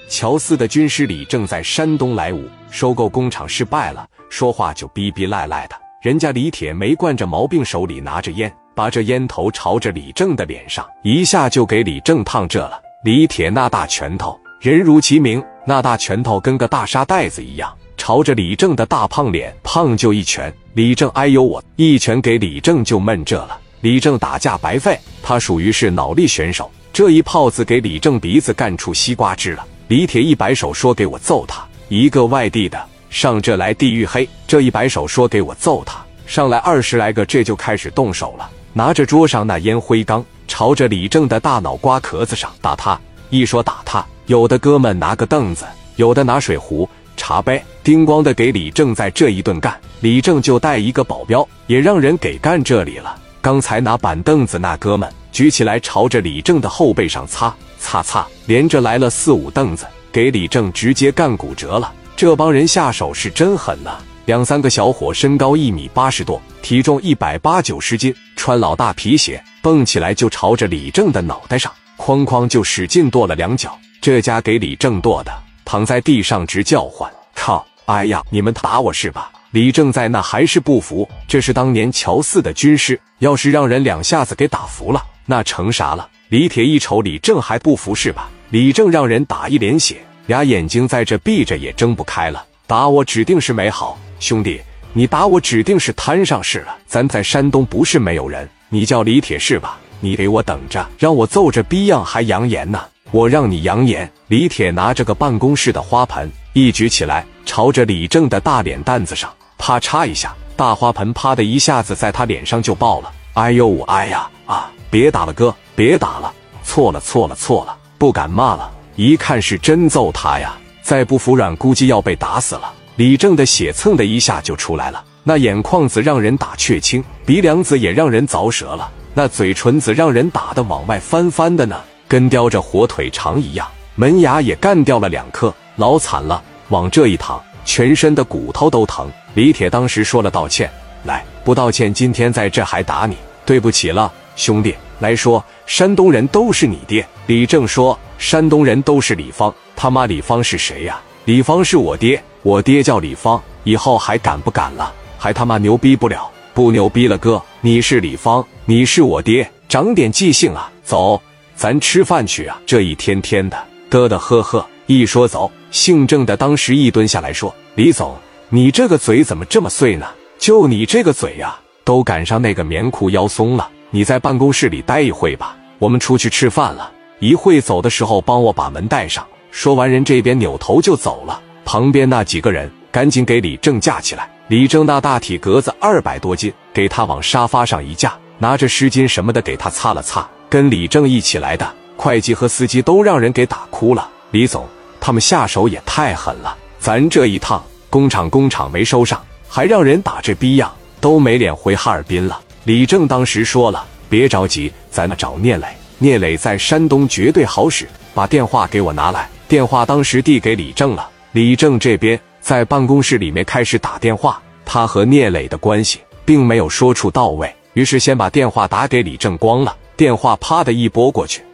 乔4的军师李正在山东莱芜收购工厂失败了，说话就逼逼赖赖的。人家李铁没惯着毛病，手里拿着烟，把这烟头朝着李正的脸上，一下就给李正烫这了。李铁那大拳头，人如其名，那大拳头跟个大沙袋子一样，朝着李正的大胖脸胖就一拳。李正哎呦我，一拳给李正就闷这了。李正打架白费，他属于是脑力选手，这一炮子给李正鼻子干出西瓜汁了。李铁一摆手说给我揍他，一个外地的上这来地狱黑，这一摆手说给我揍他，上来20来个，这就开始动手了，拿着桌上那烟灰缸朝着李正的大脑瓜壳子上打他。一说打他，有的哥们拿个凳子，有的拿水壶茶杯，叮咣的给李正在这一顿干。李正就带一个保镖，也让人给干这里了。刚才拿板凳子那哥们举起来朝着李正的后背上擦擦擦，连着来了4、5凳子，给李正直接干骨折了。这帮人下手是真狠呐！2、3个小伙，身高1米80多，体重180、90斤，穿老大皮鞋，蹦起来就朝着李正的脑袋上哐哐就使劲跺了2脚。这家给李正跺的躺在地上直叫唤，靠！哎呀，你们打我是吧？李正在那还是不服，这是当年乔4的军师，要是让人2下子给打服了，那成啥了？李铁一瞅李正还不服是吧？李正让人打一脸血，俩眼睛在这闭着也睁不开了。打我指定是没好，兄弟，你打我指定是摊上事了。咱在山东不是没有人，你叫李铁是吧？你给我等着，让我揍着逼样还扬言呢，我让你扬言！李铁拿着个办公室的花盆一举起来，朝着李正的大脸蛋子上啪嚓一下，大花盆啪的一下子在他脸上就爆了。哎呦我哎呀啊！别打了哥，别打了，错了错了错了，不敢骂了。一看是真揍他呀，再不服软估计要被打死了。李正的血蹭的一下就出来了，那眼眶子让人打雀青，鼻梁子也让人凿折了，那嘴唇子让人打得往外翻翻的呢，跟叼着火腿肠一样，门牙也干掉了2颗，老惨了，往这一躺，全身的骨头都疼。李铁当时说了道歉，来，不道歉今天在这还打你，对不起了，兄弟。来说山东人都是你爹。李正说山东人都是李芳，他妈李芳是谁呀？李芳是我爹，我爹叫李芳，以后还敢不敢了？还他妈牛逼不了？不牛逼了哥，你是李芳，你是我爹，长点记性啊！走，咱吃饭去啊！这一天天的嘚嘚呵呵，一说走，姓郑的当时一蹲下来说，李总，你这个嘴怎么这么碎呢？就你这个嘴呀，都赶上那个棉裤腰松了，你在办公室里待一会吧，我们出去吃饭了，一会走的时候帮我把门带上。说完人这边扭头就走了，旁边那几个人赶紧给李正架起来。李正那大体格子200多斤，给他往沙发上一架，拿着湿巾什么的给他擦了擦。跟李正一起来的会计和司机都让人给打哭了。李总，他们下手也太狠了，咱这一趟工厂没收上，还让人打这逼样，都没脸回哈尔滨了。李正当时说了，别着急，咱找聂磊，聂磊在山东绝对好使，把电话给我拿来。电话当时递给李正了，李正这边在办公室里面开始打电话，他和聂磊的关系并没有说出到位，于是先把电话打给李正光了。电话啪的一拨过去，